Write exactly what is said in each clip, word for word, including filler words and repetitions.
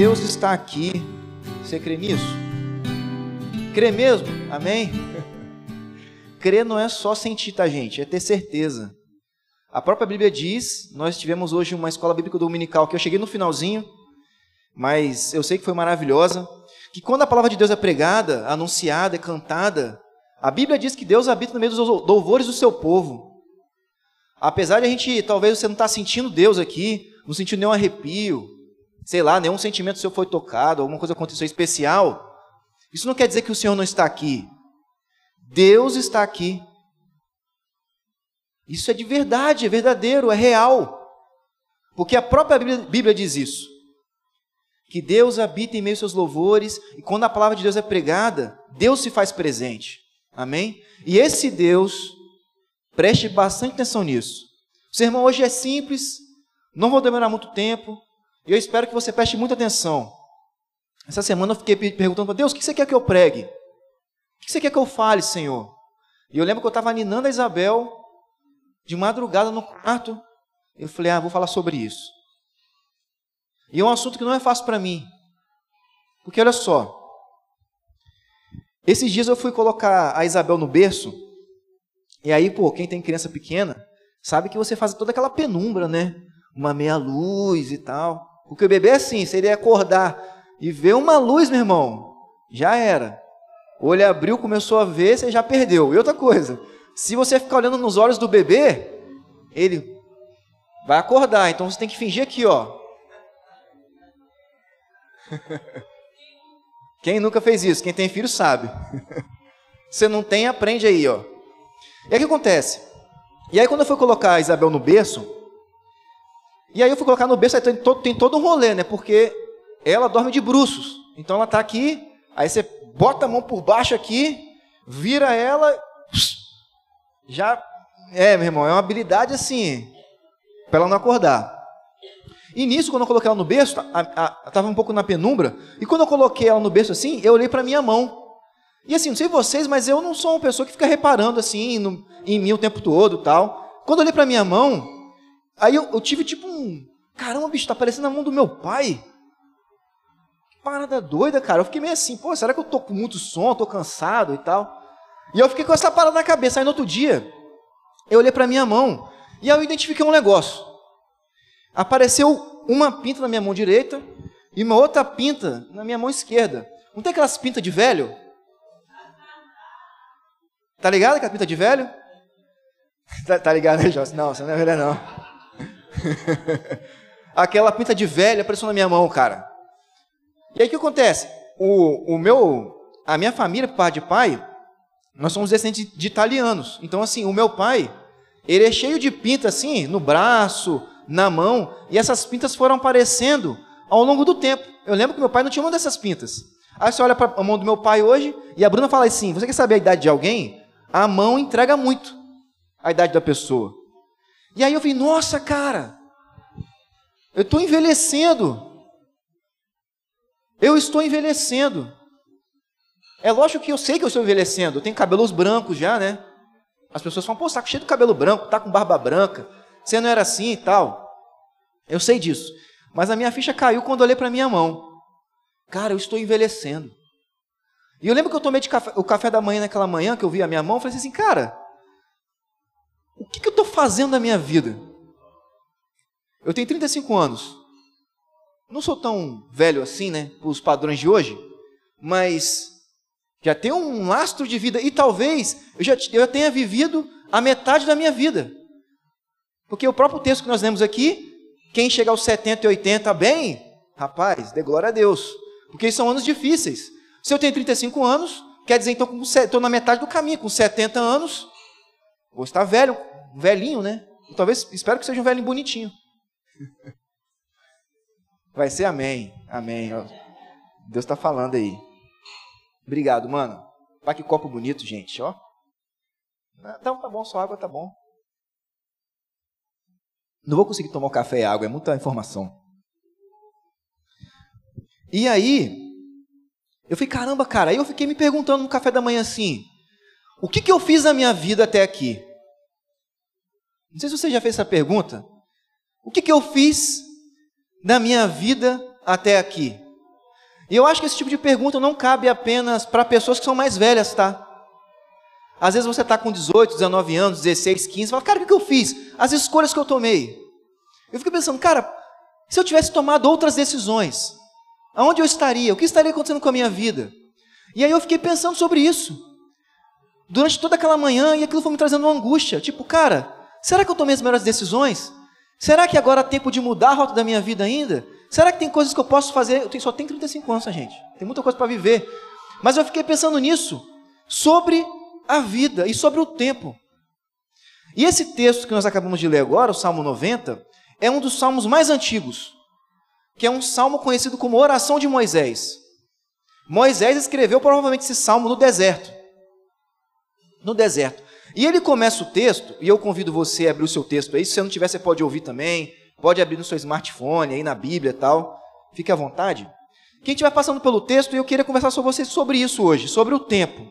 Deus está aqui. Você crê nisso? Crê mesmo? Amém? Crer não é só sentir, tá, gente? É ter certeza. A própria Bíblia diz, nós tivemos hoje uma escola bíblica dominical, que eu cheguei no finalzinho, mas eu sei que foi maravilhosa, que quando a palavra de Deus é pregada, anunciada, é cantada, a Bíblia diz que Deus habita no meio dos louvores do seu povo. Apesar de a gente, talvez você não estar sentindo Deus aqui, não sentindo nenhum arrepio, sei lá, nenhum sentimento seu foi tocado, alguma coisa aconteceu especial, isso não quer dizer que o Senhor não está aqui. Deus está aqui. Isso é de verdade, é verdadeiro, é real. Porque a própria Bíblia, Bíblia diz isso. Que Deus habita em meio aos seus louvores, e quando a palavra de Deus é pregada, Deus se faz presente. Amém? E esse Deus, preste bastante atenção nisso. O sermão hoje é simples, não vou demorar muito tempo, e eu espero que você preste muita atenção. Essa semana eu fiquei perguntando para Deus, o que você quer que eu pregue? O que você quer que eu fale, Senhor? E eu lembro que eu estava aninando a Isabel, de madrugada no quarto, eu falei, ah, vou falar sobre isso. E é um assunto que não é fácil para mim, porque olha só, esses dias eu fui colocar a Isabel no berço, e aí, pô, quem tem criança pequena, sabe que você faz toda aquela penumbra, né? Uma meia luz e tal, porque o bebê é assim, se ele acordar e ver uma luz, meu irmão, já era. O olho abriu, começou a ver, você já perdeu. E outra coisa, se você ficar olhando nos olhos do bebê, ele vai acordar. Então você tem que fingir aqui, ó. Quem nunca fez isso? Quem tem filho sabe. Você não tem, aprende aí, ó. E aí o que acontece? E aí quando eu fui colocar a Isabel no berço, e aí eu fui colocar no berço, aí tem todo, tem todo um rolê, né? Porque ela dorme de bruços. Então ela tá aqui, aí você bota a mão por baixo aqui, vira ela, já, é, meu irmão, é uma habilidade assim, para ela não acordar. E nisso, quando eu coloquei ela no berço, estava um pouco na penumbra, e quando eu coloquei ela no berço assim, eu olhei para minha mão. E assim, não sei vocês, mas eu não sou uma pessoa que fica reparando assim, no, em mim o tempo todo e tal. Quando eu olhei para minha mão, aí eu, eu tive tipo um, caramba, bicho, tá parecendo a mão do meu pai. Parada doida, cara. Eu fiquei meio assim, pô, será que eu tô com muito sono, tô cansado e tal? E eu fiquei com essa parada na cabeça. Aí no outro dia, eu olhei pra minha mão e aí eu identifiquei um negócio. Apareceu uma pinta na minha mão direita e uma outra pinta na minha mão esquerda. Não tem aquelas pintas de velho? Tá ligado aquela pinta de velho? Tá, tá ligado, né, José? Não, você não é velha, não. Aquela pinta de velho apareceu na minha mão, cara. E aí o que acontece? O, o meu, a minha família, por parte de pai, nós somos descendentes de, de italianos. Então, assim, o meu pai, ele é cheio de pinta, assim, no braço, na mão, e essas pintas foram aparecendo ao longo do tempo. Eu lembro que meu pai não tinha uma dessas pintas. Aí você olha para a mão do meu pai hoje, e a Bruna fala assim, você quer saber a idade de alguém? A mão entrega muito a idade da pessoa. E aí eu falei, nossa, cara, eu estou envelhecendo. Eu estou envelhecendo. É lógico que eu sei que eu estou envelhecendo. Eu tenho cabelos brancos já, né? As pessoas falam, pô, você tá cheio de cabelo branco, tá com barba branca. Você não era assim e tal. Eu sei disso. Mas a minha ficha caiu quando eu olhei para a minha mão. Cara, eu estou envelhecendo. E eu lembro que eu tomei de café, o café da manhã naquela manhã, que eu vi a minha mão, eu falei assim, cara, o que, que eu estou fazendo na minha vida? Eu tenho trinta e cinco anos. Não sou tão velho assim, né, para os padrões de hoje, mas já tenho um lastro de vida, e talvez eu já, eu já tenha vivido a metade da minha vida. Porque o próprio texto que nós lemos aqui, quem chega aos setenta e oitenta bem, rapaz, dê glória a Deus, porque são anos difíceis. Se eu tenho trinta e cinco anos, quer dizer então que estou na metade do caminho, com setenta anos, vou estar velho, velhinho, né? E talvez, espero que seja um velhinho bonitinho. Vai ser amém, amém. Deus está falando aí. Obrigado, mano. Olha que copo bonito, gente, ó. Então tá bom, só água tá bom. Não vou conseguir tomar café e água, é muita informação. E aí, eu falei, caramba, cara, aí eu fiquei me perguntando no café da manhã assim, o que, que eu fiz na minha vida até aqui? Não sei se você já fez essa pergunta. O que, que eu fiz na minha vida até aqui? E eu acho que esse tipo de pergunta não cabe apenas para pessoas que são mais velhas, tá? Às vezes você está com dezoito, dezenove anos, dezesseis, quinze, fala, cara, o que eu fiz? As escolhas que eu tomei. Eu fico pensando, cara, se eu tivesse tomado outras decisões, aonde eu estaria? O que estaria acontecendo com a minha vida? E aí eu fiquei pensando sobre isso, durante toda aquela manhã, e aquilo foi me trazendo uma angústia, tipo, cara, será que eu tomei as melhores decisões? Será que agora é tempo de mudar a rota da minha vida ainda? Será que tem coisas que eu posso fazer? Eu tenho, só tenho trinta e cinco anos, gente, tem muita coisa para viver, mas eu fiquei pensando nisso, sobre a vida e sobre o tempo. E esse texto que nós acabamos de ler agora, o Salmo noventa, é um dos salmos mais antigos, que é um salmo conhecido como oração de Moisés. Moisés escreveu provavelmente esse salmo no deserto. No deserto. E ele começa o texto, e eu convido você a abrir o seu texto aí, se você não tiver, você pode ouvir também, pode abrir no seu smartphone, aí na Bíblia e tal, fique à vontade. Quem estiver passando pelo texto, eu queria conversar com vocês sobre isso hoje, sobre o tempo.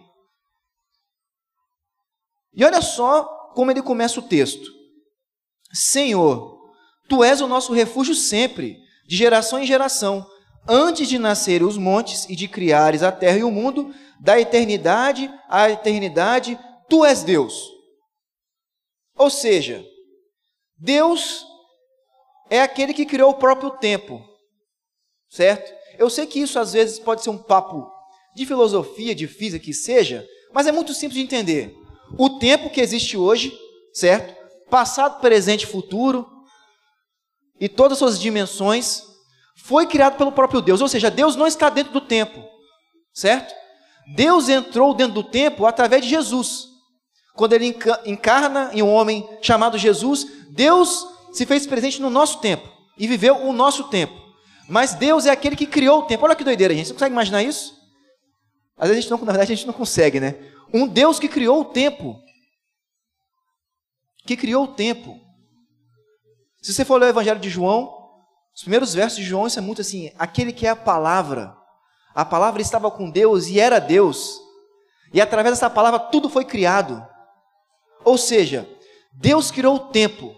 E olha só como ele começa o texto. Senhor, Tu és o nosso refúgio sempre, de geração em geração, antes de nascerem os montes e de criares a terra e o mundo, da eternidade à eternidade, Tu és Deus. Ou seja, Deus é aquele que criou o próprio tempo, certo? Eu sei que isso às vezes pode ser um papo de filosofia, de física, que seja, mas é muito simples de entender. O tempo que existe hoje, certo? Passado, presente e futuro, e todas as suas dimensões, foi criado pelo próprio Deus. Ou seja, Deus não está dentro do tempo, certo? Deus entrou dentro do tempo através de Jesus. Quando Ele encarna em um homem chamado Jesus, Deus se fez presente no nosso tempo e viveu o nosso tempo. Mas Deus é aquele que criou o tempo. Olha que doideira, gente. Você consegue imaginar isso? Às vezes a gente não, na verdade a gente não consegue, né? Um Deus que criou o tempo. Que criou o tempo. Se você for ler o Evangelho de João, os primeiros versos de João, isso é muito assim, aquele que é a palavra. A palavra estava com Deus e era Deus. E através dessa palavra tudo foi criado. Ou seja, Deus criou o tempo.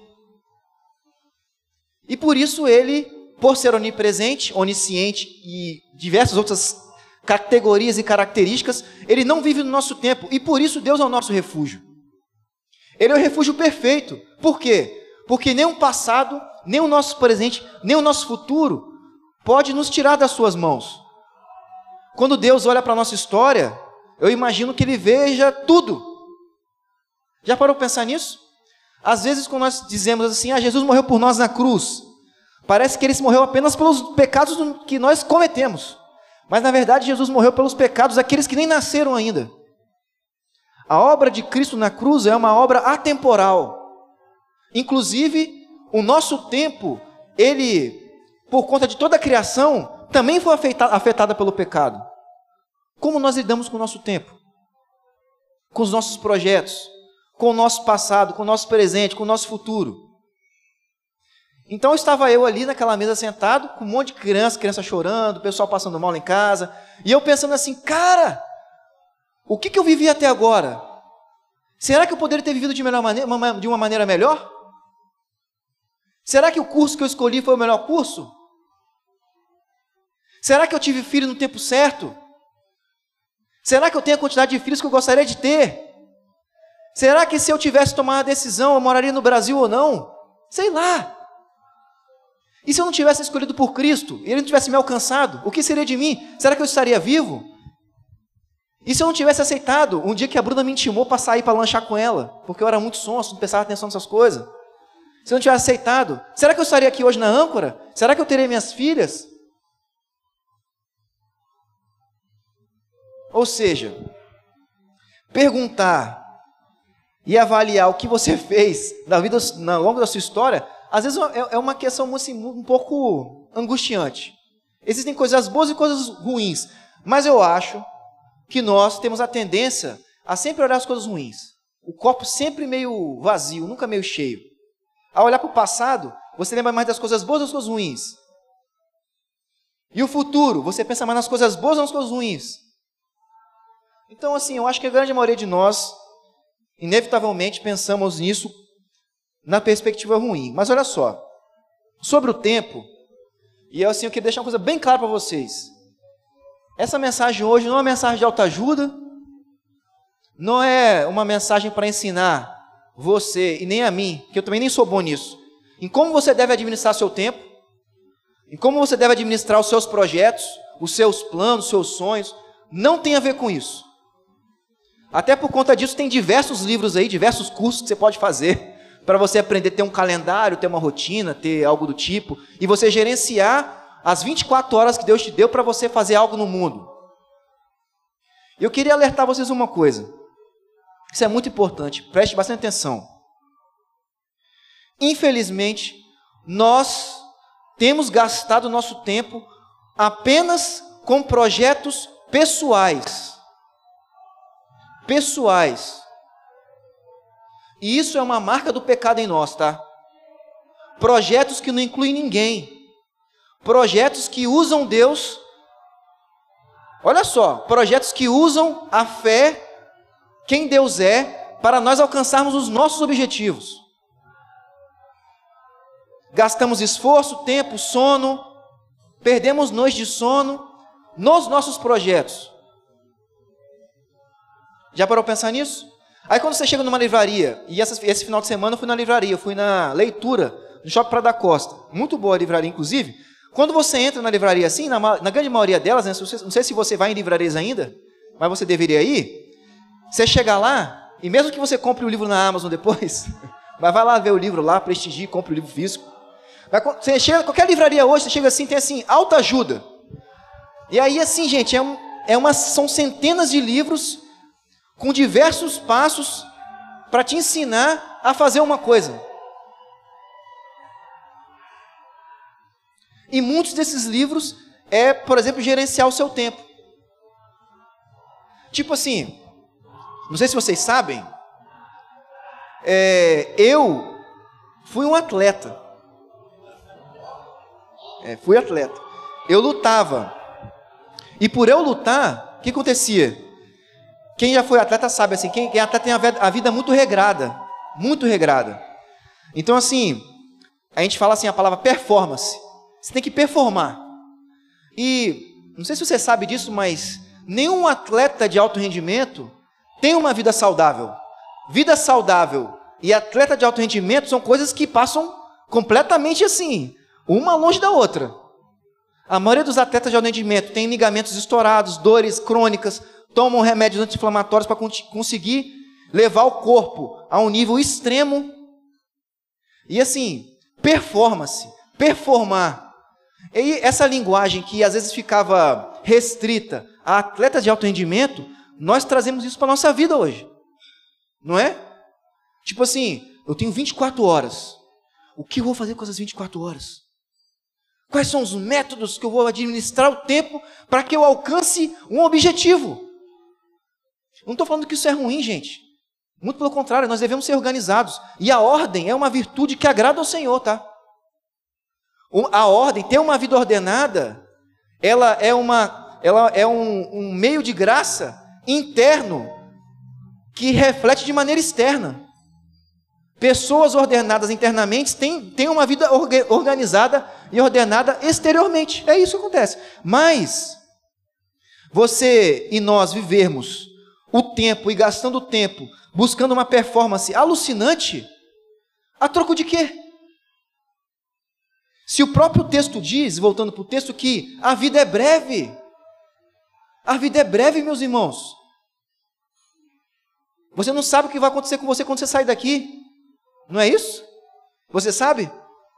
E por isso ele, por ser onipresente, onisciente e diversas outras categorias e características, ele não vive no nosso tempo, e por isso Deus é o nosso refúgio. Ele é o refúgio perfeito. Por quê? Porque nem o passado, nem o nosso presente, nem o nosso futuro pode nos tirar das suas mãos. Quando Deus olha para a nossa história, eu imagino que Ele veja tudo. Já parou para pensar nisso? Às vezes quando nós dizemos assim, ah, Jesus morreu por nós na cruz, parece que Ele morreu apenas pelos pecados que nós cometemos. Mas, na verdade, Jesus morreu pelos pecados daqueles que nem nasceram ainda. A obra de Cristo na cruz é uma obra atemporal. Inclusive, o nosso tempo, ele, por conta de toda a criação, também foi afetada, afetada pelo pecado. Como nós lidamos com o nosso tempo? Com os nossos projetos, com o nosso passado, com o nosso presente, com o nosso futuro. Então estava eu ali naquela mesa sentado, com um monte de criança, criança chorando, o pessoal passando mal lá em casa, e eu pensando assim, cara, o que, que eu vivi até agora? Será que eu poderia ter vivido de, melhor maneira, de uma maneira melhor? Será que o curso que eu escolhi foi o melhor curso? Será que eu tive filho no tempo certo? Será que eu tenho a quantidade de filhos que eu gostaria de ter? Será que se eu tivesse tomado a decisão, eu moraria no Brasil ou não? Sei lá. E se eu não tivesse escolhido por Cristo, e Ele não tivesse me alcançado, o que seria de mim? Será que eu estaria vivo? E se eu não tivesse aceitado, um dia que a Bruna me intimou para sair para lanchar com ela, porque eu era muito sonso, não prestava atenção nessas coisas. Se eu não tivesse aceitado, será que eu estaria aqui hoje na âncora? Será que eu teria minhas filhas? Ou seja, perguntar e avaliar o que você fez na vida, ao longo da sua história, às vezes é uma questão assim, um pouco angustiante. Existem coisas boas e coisas ruins, mas eu acho que nós temos a tendência a sempre olhar as coisas ruins. O copo sempre meio vazio, nunca meio cheio. Ao olhar para o passado, você lembra mais das coisas boas ou das coisas ruins? E o futuro, você pensa mais nas coisas boas ou nas coisas ruins? Então, assim, eu acho que a grande maioria de nós, inevitavelmente, pensamos nisso na perspectiva ruim. Mas olha só, sobre o tempo, e assim, eu queria deixar uma coisa bem clara para vocês. Essa mensagem hoje não é uma mensagem de autoajuda, não é uma mensagem para ensinar você e nem a mim, que eu também nem sou bom nisso, em como você deve administrar seu tempo, em como você deve administrar os seus projetos, os seus planos, os seus sonhos. Não tem a ver com isso. Até por conta disso tem diversos livros aí, diversos cursos que você pode fazer para você aprender a ter um calendário, ter uma rotina, ter algo do tipo, e você gerenciar as vinte e quatro horas que Deus te deu para você fazer algo no mundo. Eu queria alertar vocês uma coisa. Isso é muito importante, preste bastante atenção. Infelizmente, nós temos gastado nosso tempo apenas com projetos pessoais. Pessoais. E isso é uma marca do pecado em nós, tá? Projetos que não incluem ninguém. Projetos que usam Deus. Olha só, projetos que usam a fé, quem Deus é, para nós alcançarmos os nossos objetivos. Gastamos esforço, tempo, sono, perdemos noites de sono nos nossos projetos. Já parou para pensar nisso? Aí quando você chega numa livraria, e essa, esse final de semana eu fui na livraria, eu fui na leitura, no Shopping Praia da Costa, muito boa a livraria inclusive. Quando você entra na livraria assim, na, na grande maioria delas, né, não sei se você vai em livrarias ainda, mas você deveria ir, você chega lá, e mesmo que você compre o livro na Amazon depois, mas vai lá ver o livro lá, prestigie, compre o livro físico. Você chega, qualquer livraria hoje, você chega assim, tem assim, autoajuda. E aí assim, gente, é, um, é uma, são centenas de livros com diversos passos para te ensinar a fazer uma coisa. E muitos desses livros é, por exemplo, gerenciar o seu tempo. Tipo assim, não sei se vocês sabem, é, eu fui um atleta. É, fui atleta. Eu lutava. E por eu lutar, o que acontecia? Quem já foi atleta sabe, assim, quem, quem atleta tem a vida muito regrada. Muito regrada. Então, assim, a gente fala assim a palavra performance. Você tem que performar. E, não sei se você sabe disso, mas nenhum atleta de alto rendimento tem uma vida saudável. Vida saudável e atleta de alto rendimento são coisas que passam completamente assim, uma longe da outra. A maioria dos atletas de alto rendimento tem ligamentos estourados, dores crônicas, tomam remédios anti-inflamatórios para conseguir levar o corpo a um nível extremo. E assim, performance, performar. E essa linguagem que às vezes ficava restrita a atletas de alto rendimento, nós trazemos isso para a nossa vida hoje. Não é? Tipo assim, eu tenho vinte e quatro horas. O que eu vou fazer com essas vinte e quatro horas? Quais são os métodos que eu vou administrar o tempo para que eu alcance um objetivo? Eu não estou falando que isso é ruim, gente. Muito pelo contrário, nós devemos ser organizados. E a ordem é uma virtude que agrada ao Senhor, tá? A ordem, ter uma vida ordenada, ela é, uma, ela é um, um meio de graça interno que reflete de maneira externa. Pessoas ordenadas internamente têm, têm uma vida orga, organizada e ordenada exteriormente. É isso que acontece. Mas, você e nós vivermos o tempo e gastando o tempo buscando uma performance alucinante, a troco de quê? Se o próprio texto diz, voltando para o texto, que a vida é breve. A vida é breve, meus irmãos. Você não sabe o que vai acontecer com você quando você sair daqui. Não é isso? Você sabe?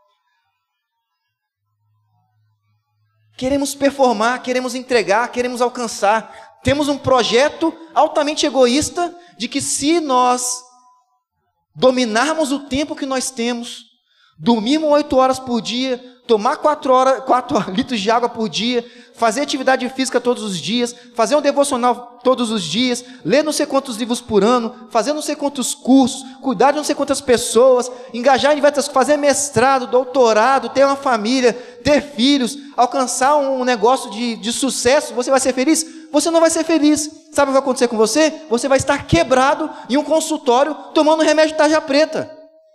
Queremos performar, queremos entregar, queremos alcançar. Temos um projeto altamente egoísta de que se nós dominarmos o tempo que nós temos, dormirmos oito horas por dia, tomar quatro, horas, quatro litros de água por dia, fazer atividade física todos os dias, fazer um devocional todos os dias, ler não sei quantos livros por ano, fazer não sei quantos cursos, cuidar de não sei quantas pessoas, engajar em diversas, fazer mestrado, doutorado, ter uma família, ter filhos, alcançar um negócio de, de sucesso, você vai ser feliz? Você não vai ser feliz. Sabe o que vai acontecer com você? Você vai estar quebrado em um consultório tomando remédio de tarja preta.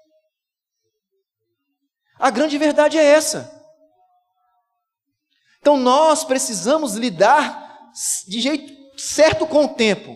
A grande verdade é essa. Então nós precisamos lidar de jeito certo com o tempo.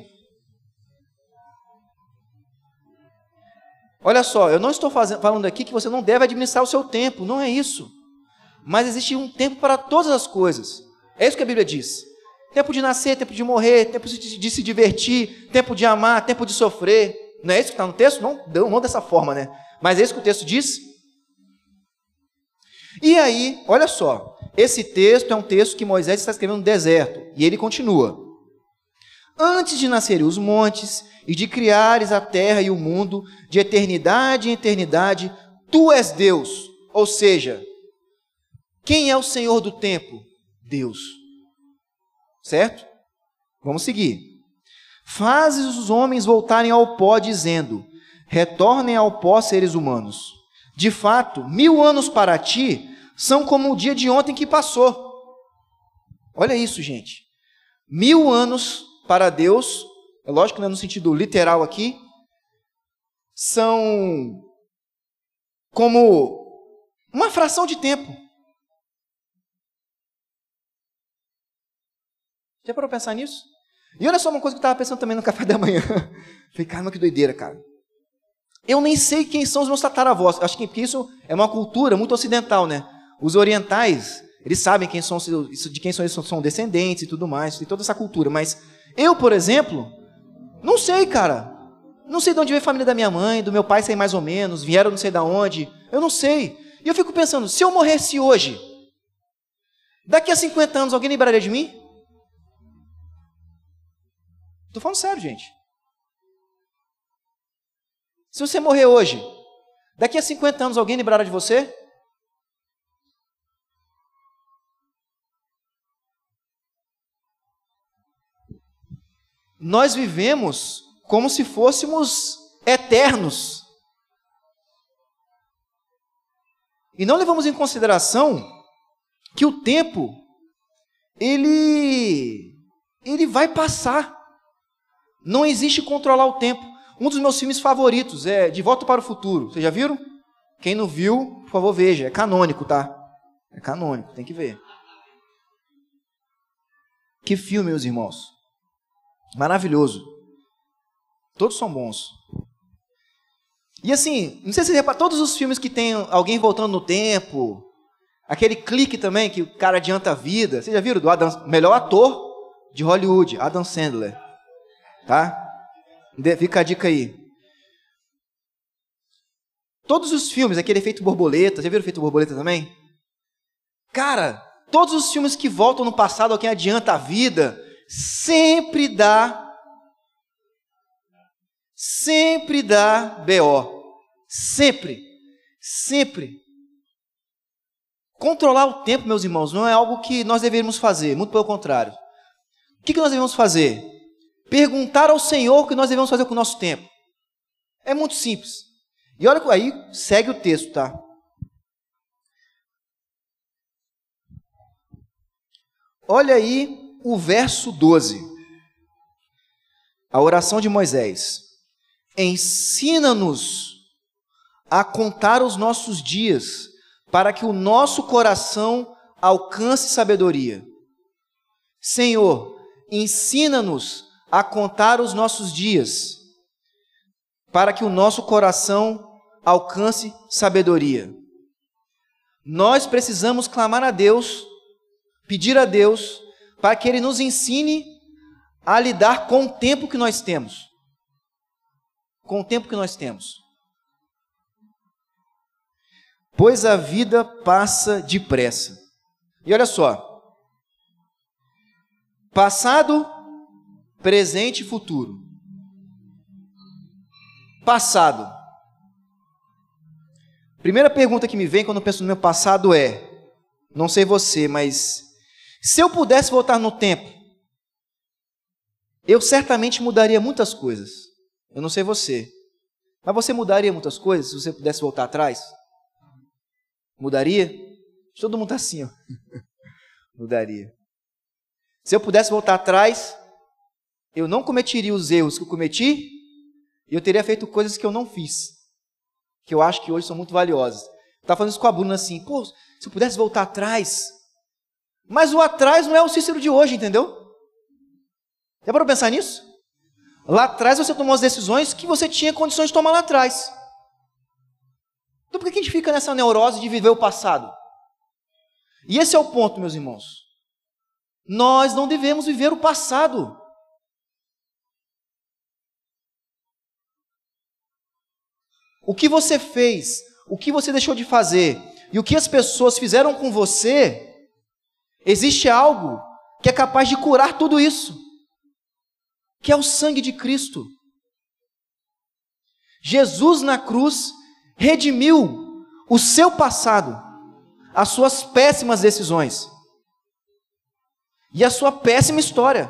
Olha só, eu não estou fazendo, falando aqui que você não deve administrar o seu tempo, não é isso. Mas existe um tempo para todas as coisas. É isso que a Bíblia diz. Tempo de nascer, tempo de morrer, tempo de, de se divertir, tempo de amar, tempo de sofrer. Não é isso que está no texto? Não, não dessa forma, né? Mas é isso que o texto diz. E aí, olha só, esse texto é um texto que Moisés está escrevendo no deserto. E ele continua. Antes de nascerem os montes e de criares a terra e o mundo, de eternidade em eternidade, tu és Deus. Ou seja, quem é o Senhor do tempo? Deus. Certo? Vamos seguir. Fazes os homens voltarem ao pó, dizendo, retornem ao pó, seres humanos. De fato, mil anos para ti são como o dia de ontem que passou. Olha isso, gente. Mil anos para Deus, é lógico que não é no sentido literal aqui, são como uma fração de tempo. Já parou pra pensar nisso? E olha só uma coisa que eu estava pensando também no café da manhã. Falei, caramba, que doideira, cara. Eu nem sei quem são os meus tataravós. Acho que isso é uma cultura muito ocidental, né? Os orientais, eles sabem quem são, de quem são eles são descendentes e tudo mais, tem toda essa cultura. Mas eu, por exemplo, não sei, cara. Não sei de onde veio a família da minha mãe, do meu pai, sei mais ou menos, vieram não sei de onde. Eu não sei. E eu fico pensando, se eu morresse hoje, daqui a cinquenta anos alguém lembraria de mim? Estou falando sério, gente. Se você morrer hoje, daqui a cinquenta anos alguém lembrará de você? Nós vivemos como se fôssemos eternos. E não levamos em consideração que o tempo, ele, ele vai passar. Não existe controlar o tempo. Um dos meus filmes favoritos é De Volta para o Futuro. Vocês já viram? Quem não viu, por favor, veja. É canônico, tá? É canônico, tem que ver. Que filme, meus irmãos. Maravilhoso. Todos são bons. E assim, não sei se você repara, todos os filmes que tem alguém voltando no tempo, aquele clique também, que o cara adianta a vida. Vocês já viram? Do Adam, melhor ator de Hollywood, Adam Sandler. Tá? Fica a dica aí. Todos os filmes, aquele Efeito Borboleta, já viram o Efeito Borboleta também? Cara, todos os filmes que voltam no passado, alguém adianta a vida, sempre dá, sempre dá B O. Sempre, sempre. Controlar o tempo, meus irmãos, não é algo que nós deveríamos fazer, muito pelo contrário. O que, que nós devemos fazer? Perguntar ao Senhor o que nós devemos fazer com o nosso tempo. É muito simples. E olha aí, segue o texto, tá? Olha aí o verso doze. A oração de Moisés. Ensina-nos a contar os nossos dias, para que o nosso coração alcance sabedoria. Senhor, ensina-nos a contar os nossos dias, para que o nosso coração alcance sabedoria. Nós precisamos clamar a Deus, pedir a Deus, para que Ele nos ensine a lidar com o tempo que nós temos. Com o tempo que nós temos. Pois a vida passa depressa. E olha só. Passado, presente e futuro. Passado. Primeira pergunta que me vem quando eu penso no meu passado é, não sei você, mas se eu pudesse voltar no tempo, eu certamente mudaria muitas coisas. Eu não sei você, mas você mudaria muitas coisas se você pudesse voltar atrás? Mudaria? Todo mundo está assim, ó. Mudaria. Se eu pudesse voltar atrás, eu não cometeria os erros que eu cometi e eu teria feito coisas que eu não fiz, que eu acho que hoje são muito valiosas. Eu estava falando isso com a Bruna assim, pô, se eu pudesse voltar atrás, mas o atrás não é o Cícero de hoje, entendeu? Já parou para pensar nisso? Lá atrás você tomou as decisões que você tinha condições de tomar lá atrás. Então por que a gente fica nessa neurose de viver o passado? E esse é o ponto, meus irmãos. Nós não devemos viver o passado. O que você fez, o que você deixou de fazer e o que as pessoas fizeram com você, existe algo que é capaz de curar tudo isso, que é o sangue de Cristo. Jesus na cruz redimiu o seu passado, as suas péssimas decisões e a sua péssima história.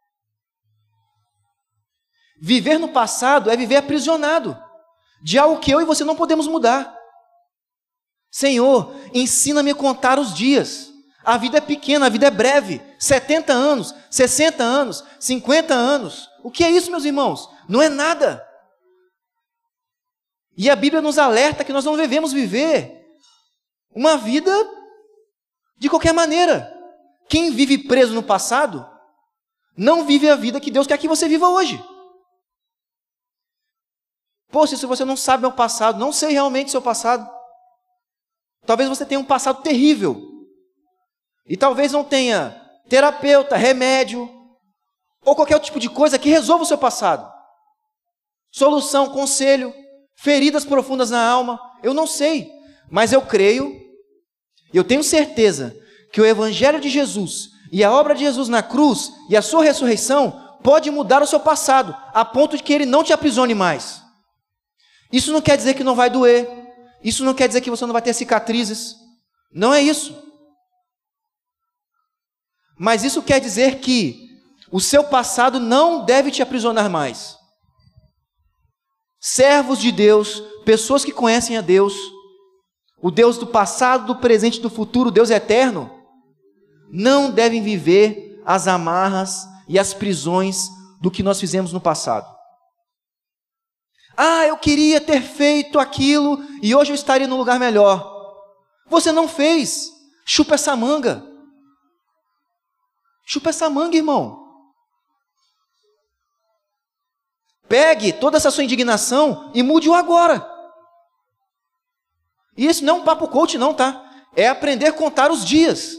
Viver no passado é viver aprisionado de algo que eu e você não podemos mudar. Senhor, ensina-me a contar os dias. A vida é pequena, a vida é breve. setenta anos, sessenta anos, cinquenta anos. O que é isso, meus irmãos? Não é nada. E a Bíblia nos alerta que nós não devemos viver uma vida de qualquer maneira. Quem vive preso no passado não vive a vida que Deus quer que você viva hoje. Poxa, se você não sabe meu passado, não sei realmente seu passado. Talvez você tenha um passado terrível. E talvez não tenha terapeuta, remédio, ou qualquer tipo de coisa que resolva o seu passado. Solução, conselho, feridas profundas na alma, eu não sei. Mas eu creio, eu tenho certeza, que o Evangelho de Jesus e a obra de Jesus na cruz e a sua ressurreição pode mudar o seu passado, a ponto de que ele não te aprisione mais. Isso não quer dizer que não vai doer. Isso não quer dizer que você não vai ter cicatrizes. Não é isso. Mas isso quer dizer que o seu passado não deve te aprisionar mais. Servos de Deus, pessoas que conhecem a Deus, o Deus do passado, do presente e do futuro, o Deus eterno, não devem viver as amarras e as prisões do que nós fizemos no passado. Ah, eu queria ter feito aquilo e hoje eu estaria num lugar melhor. Você não fez. Chupa essa manga. Chupa essa manga, irmão. Pegue toda essa sua indignação e mude-o agora. E isso não é um papo coach não, tá? É aprender a contar os dias.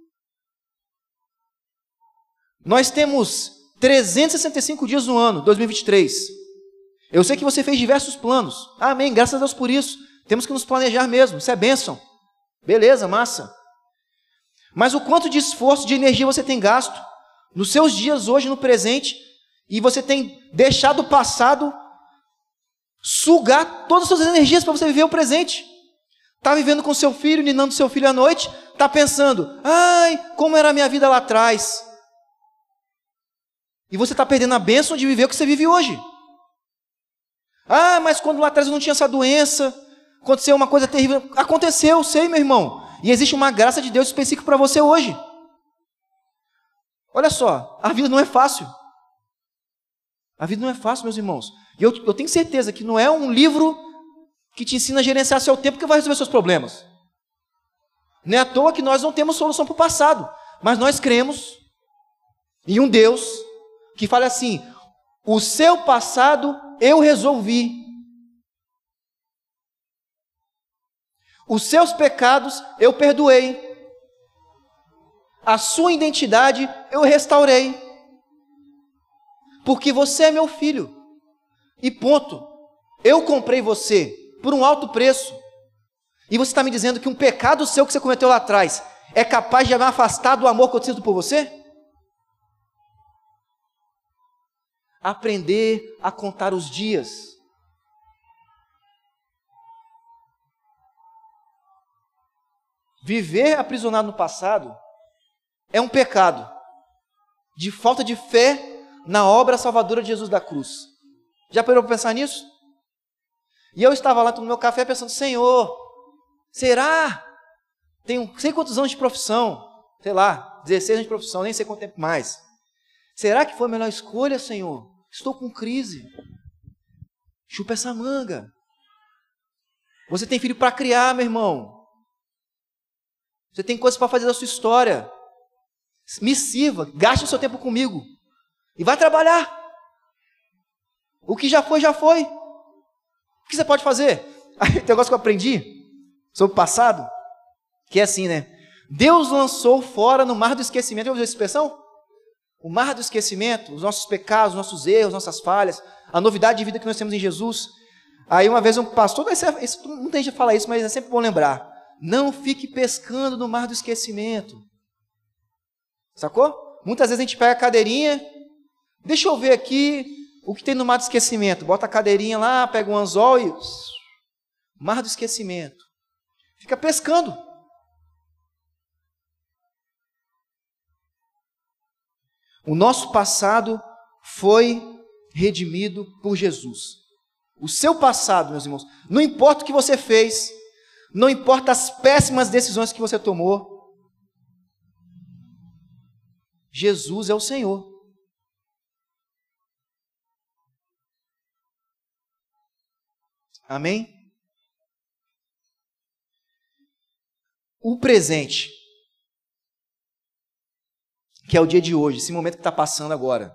Nós temos trezentos e sessenta e cinco dias no ano, dois mil e vinte e três. Eu sei que você fez diversos planos. Amém, graças a Deus por isso. Temos que nos planejar mesmo, isso é bênção. Beleza, massa. Mas o quanto de esforço, de energia você tem gasto nos seus dias hoje, no presente, e você tem deixado o passado sugar todas as suas energias para você viver o presente. Está vivendo com seu filho, ninando seu filho à noite, está pensando, ai, como era a minha vida lá atrás. E você está perdendo a bênção de viver o que você vive hoje. Ah, mas quando lá atrás eu não tinha essa doença, aconteceu uma coisa terrível. Aconteceu, sei, meu irmão. E existe uma graça de Deus específica para você hoje. Olha só, a vida não é fácil. A vida não é fácil, meus irmãos. E eu, eu tenho certeza que não é um livro que te ensina a gerenciar seu tempo que vai resolver seus problemas. Não é à toa que nós não temos solução para o passado. Mas nós cremos em um Deus que fala assim, o seu passado eu resolvi. Os seus pecados eu perdoei. A sua identidade eu restaurei. Porque você é meu filho. E ponto. Eu comprei você por um alto preço. E você está me dizendo que um pecado seu que você cometeu lá atrás é capaz de me afastar do amor que eu sinto por você? Aprender a contar os dias. Viver aprisionado no passado é um pecado de falta de fé na obra salvadora de Jesus da cruz. Já parou para pensar nisso? E eu estava lá no meu café pensando, Senhor, será? Tenho não sei quantos anos de profissão, sei lá, dezesseis anos de profissão, nem sei quanto tempo mais. Será que foi a melhor escolha, Senhor? Estou com crise. Chupa essa manga. Você tem filho para criar, meu irmão. Você tem coisas para fazer da sua história. Me sirva, gaste o seu tempo comigo. E vai trabalhar. O que já foi, já foi. O que você pode fazer? Aí tem um negócio que eu aprendi sobre o passado, que é assim, né? Deus lançou fora no mar do esquecimento. Já ouviu essa expressão? O mar do esquecimento, os nossos pecados, os nossos erros, nossas falhas, a novidade de vida que nós temos em Jesus. Aí uma vez um pastor, não tem gente que fala isso, mas é sempre bom lembrar. Não fique pescando no mar do esquecimento. Sacou? Muitas vezes a gente pega a cadeirinha, deixa eu ver aqui o que tem no mar do esquecimento. Bota a cadeirinha lá, pega um anzol e... mar do esquecimento. Fica pescando. O nosso passado foi redimido por Jesus. O seu passado, meus irmãos, não importa o que você fez, não importa as péssimas decisões que você tomou, Jesus é o Senhor. Amém? O presente, que é o dia de hoje, esse momento que está passando agora.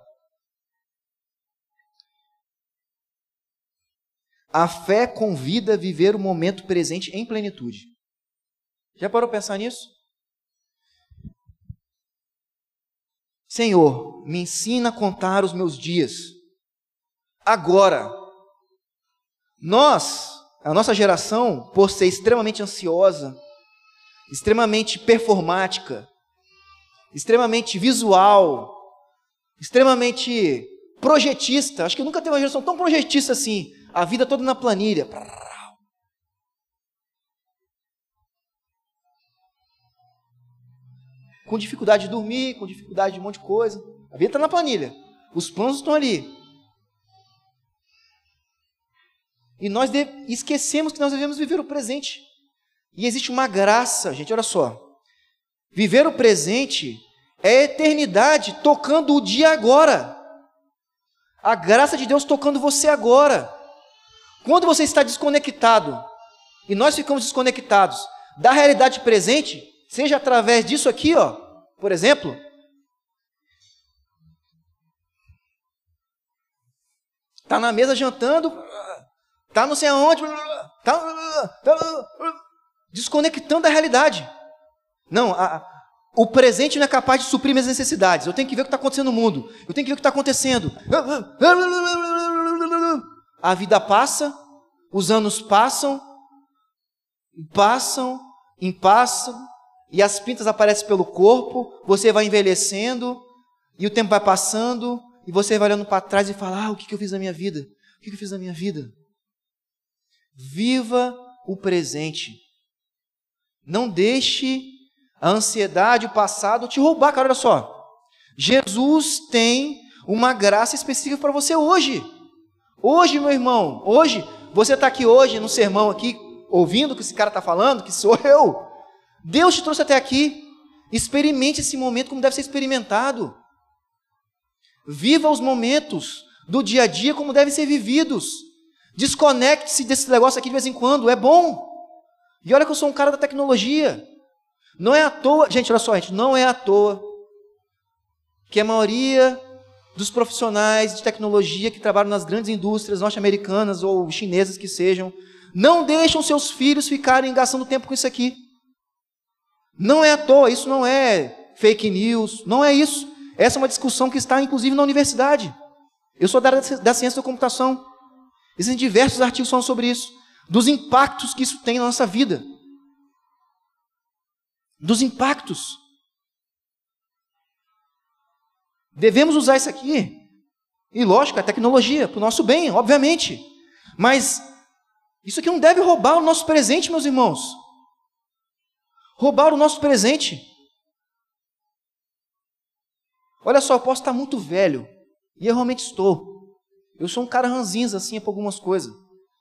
A fé convida a viver o momento presente em plenitude. Já parou para pensar nisso? Senhor, me ensina a contar os meus dias. Agora. Nós, a nossa geração, por ser extremamente ansiosa, extremamente performática, extremamente visual, extremamente projetista, acho que nunca teve uma geração tão projetista assim, a vida toda na planilha. Com dificuldade de dormir, com dificuldade de um monte de coisa. A vida está na planilha. Os planos estão ali. E nós esquecemos que nós devemos viver o presente. E existe uma graça, gente, olha só. Viver o presente é a eternidade tocando o dia agora. A graça de Deus tocando você agora. Quando você está desconectado, e nós ficamos desconectados da realidade presente, seja através disso aqui, ó, por exemplo, está na mesa jantando, está não sei aonde, tá, tá, desconectando da realidade. Não, a, o presente não é capaz de suprir minhas necessidades. Eu tenho que ver o que está acontecendo no mundo. Eu tenho que ver o que está acontecendo. A vida passa, os anos passam, passam, passam, e as pintas aparecem pelo corpo, você vai envelhecendo, e o tempo vai passando, e você vai olhando para trás e fala, ah, o que, que eu fiz na minha vida? O que, que eu fiz na minha vida? Viva o presente. Não deixe a ansiedade, o passado te roubar, cara, olha só. Jesus tem uma graça específica para você hoje. Hoje, meu irmão, hoje, você está aqui hoje no sermão aqui, ouvindo o que esse cara está falando, que sou eu. Deus te trouxe até aqui. Experimente esse momento como deve ser experimentado. Viva os momentos do dia a dia como devem ser vividos. Desconecte-se desse negócio aqui de vez em quando, é bom. E olha que eu sou um cara da tecnologia. Não é à toa, gente, olha só, gente, não é à toa que a maioria dos profissionais de tecnologia que trabalham nas grandes indústrias norte-americanas ou chinesas que sejam, não deixam seus filhos ficarem gastando tempo com isso aqui. Não é à toa, isso não é fake news, não é isso. Essa é uma discussão que está, inclusive, na universidade. Eu sou da área da ciência da computação. Existem diversos artigos falando sobre isso, dos impactos que isso tem na nossa vida. Dos impactos. Devemos usar isso aqui, e lógico, a tecnologia, para o nosso bem, obviamente. Mas isso aqui não deve roubar o nosso presente, meus irmãos. Roubar o nosso presente. Olha só, eu posso estar muito velho, e eu realmente estou. Eu sou um cara ranzinza, assim, para algumas coisas.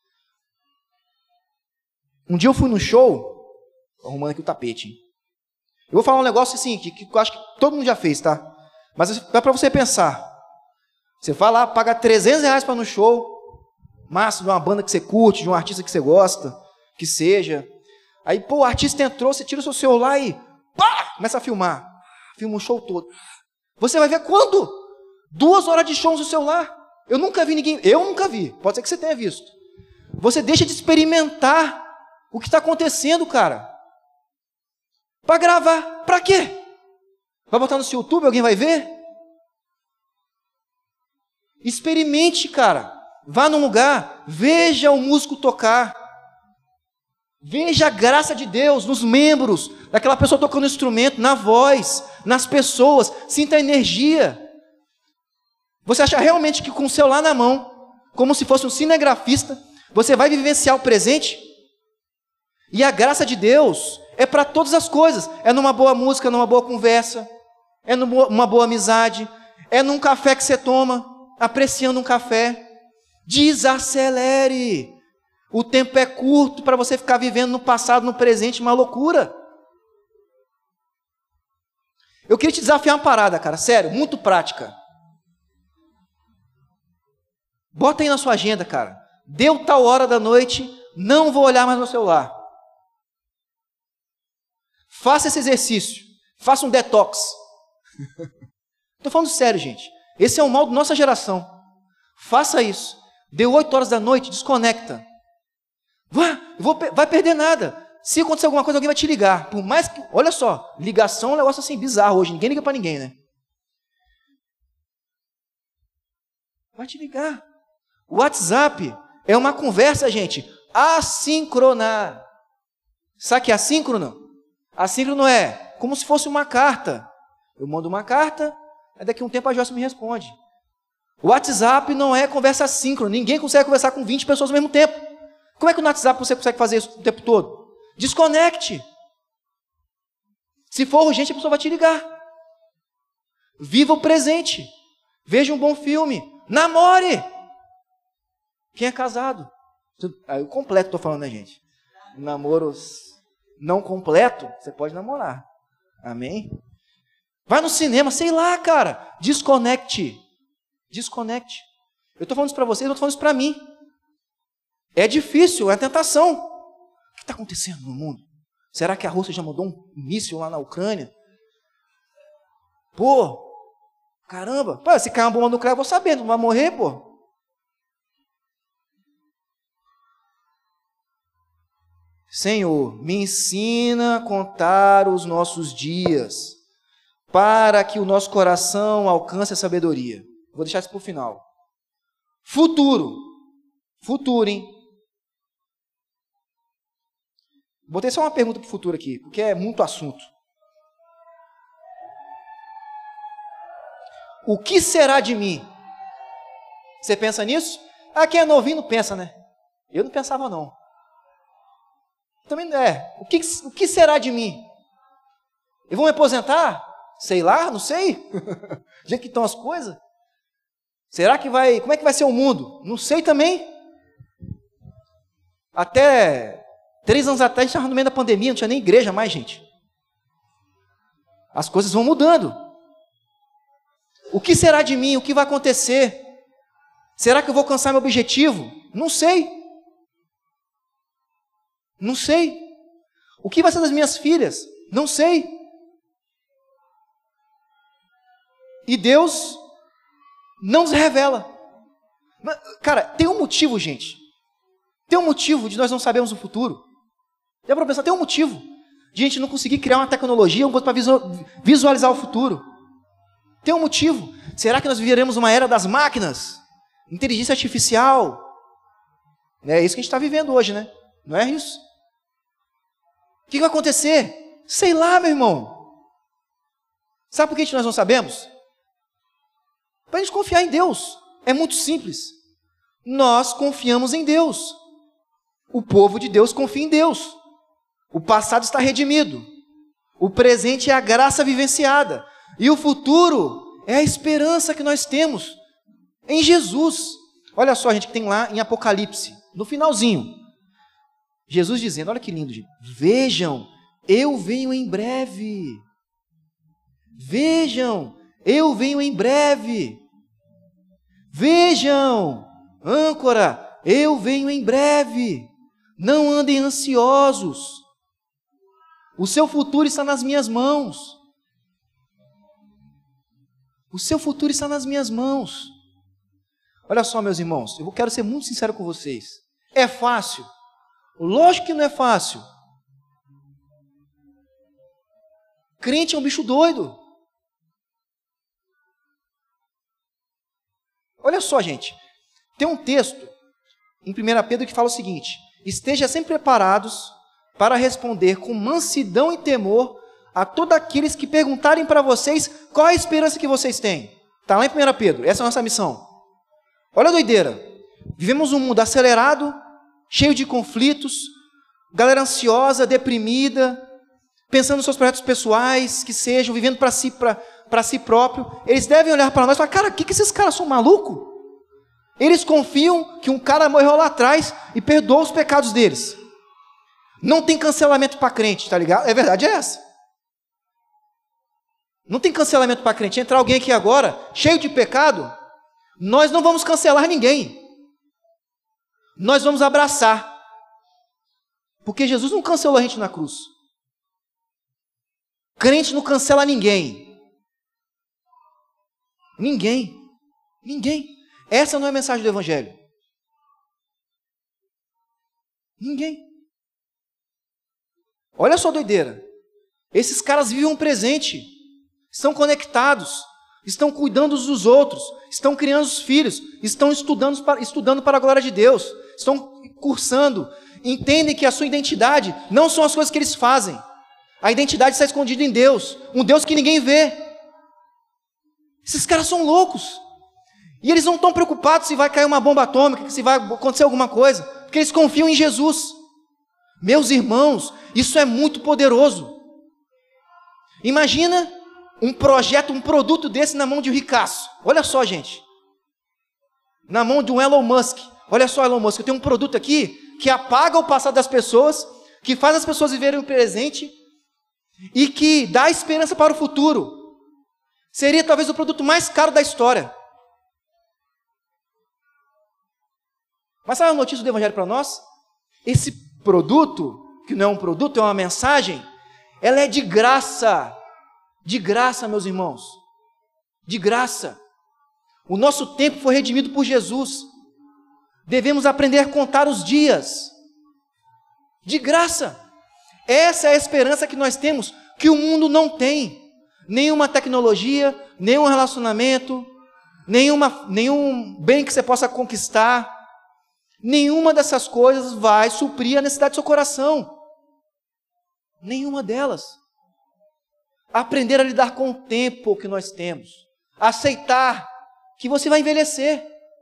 Um dia eu fui no show, arrumando aqui o tapete, hein? Eu vou falar um negócio assim, que, que eu acho que todo mundo já fez, tá? Mas é para você pensar. Você vai lá, paga trezentos reais para ir no show, massa, de uma banda que você curte, de um artista que você gosta, que seja. Aí, pô, o artista entrou, você tira o seu celular e pá, começa a filmar. Filma o show todo. Você vai ver quando? Duas horas de show no seu celular. Eu nunca vi ninguém, eu nunca vi, pode ser que você tenha visto. Você deixa de experimentar o que está acontecendo, cara. Para gravar, para quê? Vai botar no seu YouTube, alguém vai ver? Experimente, cara. Vá num lugar, veja o músico tocar. Veja a graça de Deus nos membros, daquela pessoa tocando instrumento, na voz, nas pessoas. Sinta a energia. Você acha realmente que com o celular na mão, como se fosse um cinegrafista, você vai vivenciar o presente? E a graça de Deus é para todas as coisas. É numa boa música, numa boa conversa, é numa boa amizade, é num café que você toma, apreciando um café. Desacelere. O tempo é curto para você ficar vivendo no passado, no presente, uma loucura. Eu queria te desafiar uma parada, cara, sério, muito prática. Bota aí na sua agenda, cara. Deu tal hora da noite, não vou olhar mais no celular. Faça esse exercício. Faça um detox. Estou falando sério, gente. Esse é o mal da nossa geração. Faça isso. Deu oito horas da noite, desconecta. Vai, vou, vai perder nada. Se acontecer alguma coisa, alguém vai te ligar. Por mais que, olha só, ligação é um negócio assim bizarro hoje. Ninguém liga para ninguém, né? Vai te ligar. O WhatsApp é uma conversa, gente, assíncrona. Sabe o que é assíncrono? Assíncrono é como se fosse uma carta. Eu mando uma carta, aí daqui a um tempo a Joyce me responde. O WhatsApp não é conversa assíncrona. Ninguém consegue conversar com vinte pessoas ao mesmo tempo. Como é que no WhatsApp você consegue fazer isso o tempo todo? Desconecte. Se for urgente, a pessoa vai te ligar. Viva o presente. Veja um bom filme. Namore. Quem é casado? Aí o completo estou falando, né, gente? Namoros não completo, você pode namorar. Amém? Vai no cinema, sei lá, cara. Desconecte. Desconecte. Eu estou falando isso para vocês, eu estou falando isso para mim. É difícil, é a tentação. O que está acontecendo no mundo? Será que a Rússia já mandou um míssil lá na Ucrânia? Pô, caramba. Pô, se cair uma bomba nuclear, eu vou saber, não vai morrer, pô. Senhor, me ensina a contar os nossos dias, para que o nosso coração alcance a sabedoria. Vou deixar isso para o final. Futuro. Futuro, hein? Botei só uma pergunta para o futuro aqui, porque é muito assunto. O que será de mim? Você pensa nisso? Ah, quem é novinho não pensa, né? Eu não pensava, não. Também não é. O que, o que será de mim? Eu vou me aposentar? Sei lá, não sei. Do jeito que estão as coisas. Será que vai... Como é que vai ser o mundo? Não sei também. Até três anos atrás, a gente estava no meio da pandemia, não tinha nem igreja mais, gente. As coisas vão mudando. O que será de mim? O que vai acontecer? Será que eu vou alcançar meu objetivo? Não sei. Não sei. O que vai ser das minhas filhas? Não sei. E Deus não nos revela. Cara, tem um motivo, gente. Tem um motivo de nós não sabermos o futuro. Dá para pensar, tem um motivo de a gente não conseguir criar uma tecnologia, um coisa para visualizar o futuro. Tem um motivo. Será que nós viveremos uma era das máquinas? Inteligência artificial? É isso que a gente está vivendo hoje, né? Não é isso? O que vai acontecer? Sei lá, meu irmão. Sabe por que nós não sabemos? Para a gente confiar em Deus. É muito simples. Nós confiamos em Deus. O povo de Deus confia em Deus. O passado está redimido. O presente é a graça vivenciada. E o futuro é a esperança que nós temos em Jesus. Olha só, a gente, que tem lá em Apocalipse, no finalzinho. Jesus dizendo, olha que lindo, gente. Vejam, eu venho em breve. Vejam, eu venho em breve. Vejam, âncora, eu venho em breve. Não andem ansiosos. O seu futuro está nas minhas mãos. O seu futuro está nas minhas mãos. Olha só, meus irmãos, eu quero ser muito sincero com vocês. É fácil? Lógico que não é fácil. Crente é um bicho doido. Olha só, gente. Tem um texto em primeira Pedro que fala o seguinte: esteja sempre preparados para responder com mansidão e temor a todos aqueles que perguntarem para vocês qual é a esperança que vocês têm. Está lá em primeira Pedro, essa é a nossa missão. Olha a doideira. Vivemos um mundo acelerado, cheio de conflitos, galera ansiosa, deprimida, pensando nos seus projetos pessoais, que sejam, vivendo para si, para si próprio. Eles devem olhar para nós e falar: cara, o que, que esses caras são malucos? Eles confiam que um cara morreu lá atrás e perdoou os pecados deles. Não tem cancelamento para crente, tá ligado? É verdade, é essa. Não tem cancelamento para crente. Entrar alguém aqui agora, cheio de pecado, nós não vamos cancelar ninguém. Nós vamos abraçar. Porque Jesus não cancelou a gente na cruz. Crente não cancela ninguém. Ninguém. Ninguém. Essa não é a mensagem do Evangelho. Ninguém. Olha só a doideira. Esses caras vivem um presente. Estão conectados. Estão cuidando uns dos outros. Estão criando os filhos. Estão estudando para, estudando para a glória de Deus. Estão cursando. Entendem que a sua identidade não são as coisas que eles fazem. A identidade está escondida em Deus. Um Deus que ninguém vê. Esses caras são loucos. E eles não estão preocupados se vai cair uma bomba atômica, se vai acontecer alguma coisa, porque eles confiam em Jesus. Meus irmãos, isso é muito poderoso. Imagina um projeto, um produto desse na mão de um ricaço. Olha só, gente. Na mão de um Elon Musk. Olha só, Elon Musk, eu tenho um produto aqui que apaga o passado das pessoas, que faz as pessoas viverem o presente e que dá esperança para o futuro. Seria talvez o produto mais caro da história. Mas sabe a notícia do Evangelho para nós? Esse produto, que não é um produto, é uma mensagem, ela é de graça. De graça, meus irmãos. De graça. O nosso tempo foi redimido por Jesus. Devemos aprender a contar os dias. De graça. Essa é a esperança que nós temos, que o mundo não tem. Nenhuma tecnologia, nenhum relacionamento, nenhuma, nenhum bem que você possa conquistar. Nenhuma dessas coisas vai suprir a necessidade do seu coração. Nenhuma delas. Aprender a lidar com o tempo que nós temos. Aceitar que você vai envelhecer.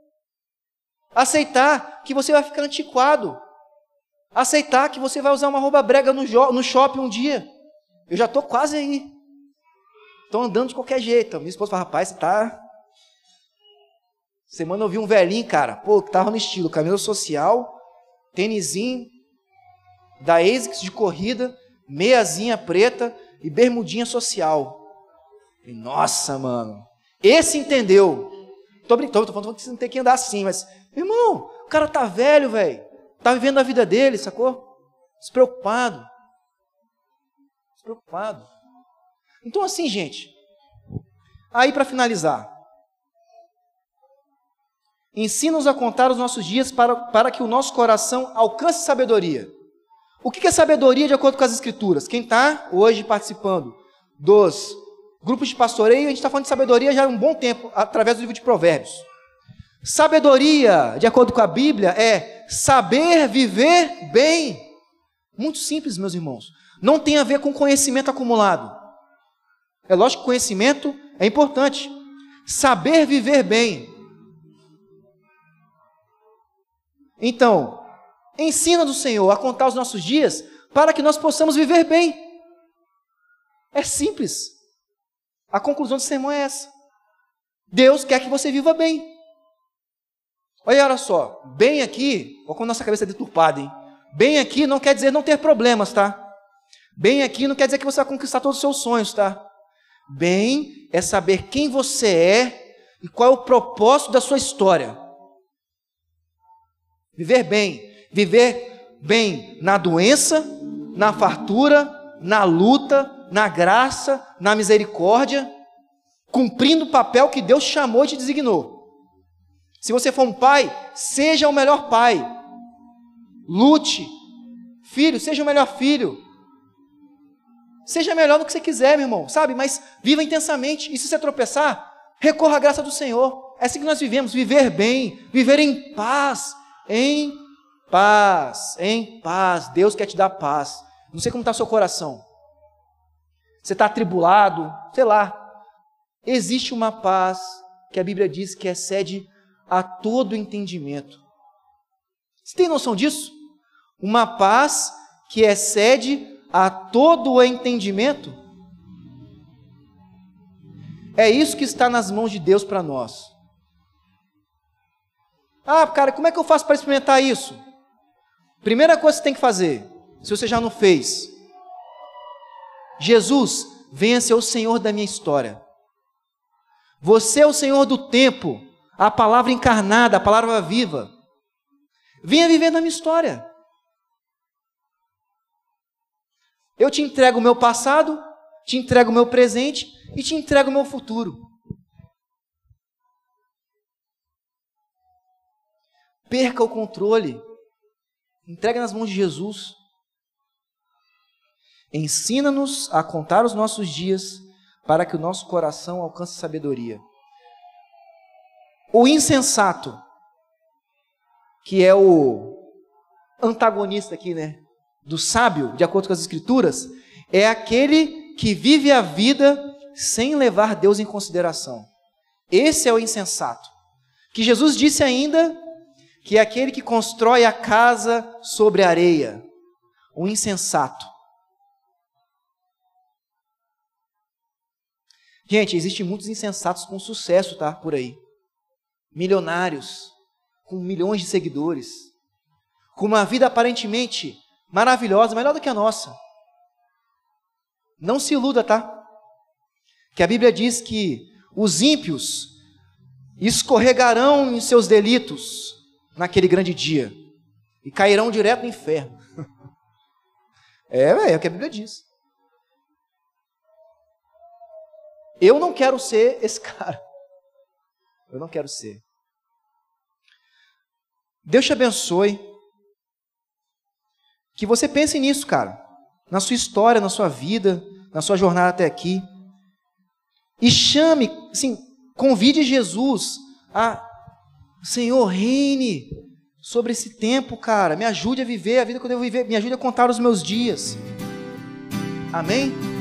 Aceitar que você vai ficar antiquado. Aceitar que você vai usar uma roupa brega no, no shopping um dia. Eu já estou quase aí. Estou andando de qualquer jeito. Minha esposa fala: rapaz, você está... Semana eu vi um velhinho, cara, pô, que tava no estilo, camisa social, tênisinho, da ASICS de corrida, meiazinha preta e bermudinha social. E, nossa, mano, esse entendeu. Tô brincando, tô falando que você não tem que andar assim, mas, irmão, o cara tá velho, velho, tá vivendo a vida dele, sacou? Despreocupado. Despreocupado. Então, assim, gente, aí para finalizar, ensina-nos a contar os nossos dias para, para que o nosso coração alcance sabedoria. O que é sabedoria de acordo com as Escrituras? Quem está hoje participando dos grupos de pastoreio, a gente está falando de sabedoria já há um bom tempo, através do livro de Provérbios. Sabedoria, de acordo com a Bíblia, é saber viver bem. Muito simples, meus irmãos. Não tem a ver com conhecimento acumulado. É lógico que conhecimento é importante. Saber viver bem. Então, ensina do Senhor a contar os nossos dias para que nós possamos viver bem. É simples. A conclusão do sermão é essa. Deus quer que você viva bem. Olha, olha só, bem aqui, olha como nossa cabeça é deturpada, hein? Bem aqui não quer dizer não ter problemas, tá? Bem aqui não quer dizer que você vai conquistar todos os seus sonhos, tá? Bem é saber quem você é e qual é o propósito da sua história. Viver bem, viver bem na doença, na fartura, na luta, na graça, na misericórdia. cumprindo o papel que Deus chamou e te designou. Se você for um pai, seja o melhor pai. Lute. Filho, seja o melhor filho. Seja melhor do que você quiser, meu irmão, sabe? Mas viva intensamente. E se você tropeçar, recorra à graça do Senhor. É assim que nós vivemos, viver bem, viver em paz, em paz, em paz. Deus quer te dar paz. Não sei como está o seu coração. Você está atribulado, sei lá. Existe uma paz que a Bíblia diz que excede a todo entendimento. Você tem noção disso? Uma paz que excede a todo o entendimento. É isso que está nas mãos de Deus para nós. Ah, cara, como é que eu faço para experimentar isso? Primeira coisa que você tem que fazer, se você já não fez: Jesus, venha ser o Senhor da minha história. Você é o Senhor do tempo, a palavra encarnada, a palavra viva. Venha viver na minha história. Eu te entrego o meu passado, te entrego o meu presente e te entrego o meu futuro. Perca o controle. Entregue nas mãos de Jesus. Ensina-nos a contar os nossos dias para que o nosso coração alcance sabedoria. O insensato, que é o antagonista aqui, né, do sábio, de acordo com as Escrituras, é aquele que vive a vida sem levar Deus em consideração. Esse é o insensato, que Jesus disse ainda que é aquele que constrói a casa sobre a areia. O insensato. Gente, existem muitos insensatos com sucesso, tá? Por aí. Milionários, com milhões de seguidores, com uma vida aparentemente maravilhosa, melhor do que a nossa. Não se iluda, tá? Que a Bíblia diz que os ímpios escorregarão em seus delitos naquele grande dia e cairão direto no inferno. É, é o que a Bíblia diz. Eu não quero ser esse cara. Eu não quero ser. Deus te abençoe. Que você pense nisso, cara. Na sua história, na sua vida, na sua jornada até aqui. E chame, assim, convide Jesus a: Senhor, reine sobre esse tempo, cara. Me ajude a viver a vida que eu devo viver. Me ajude a contar os meus dias. Amém?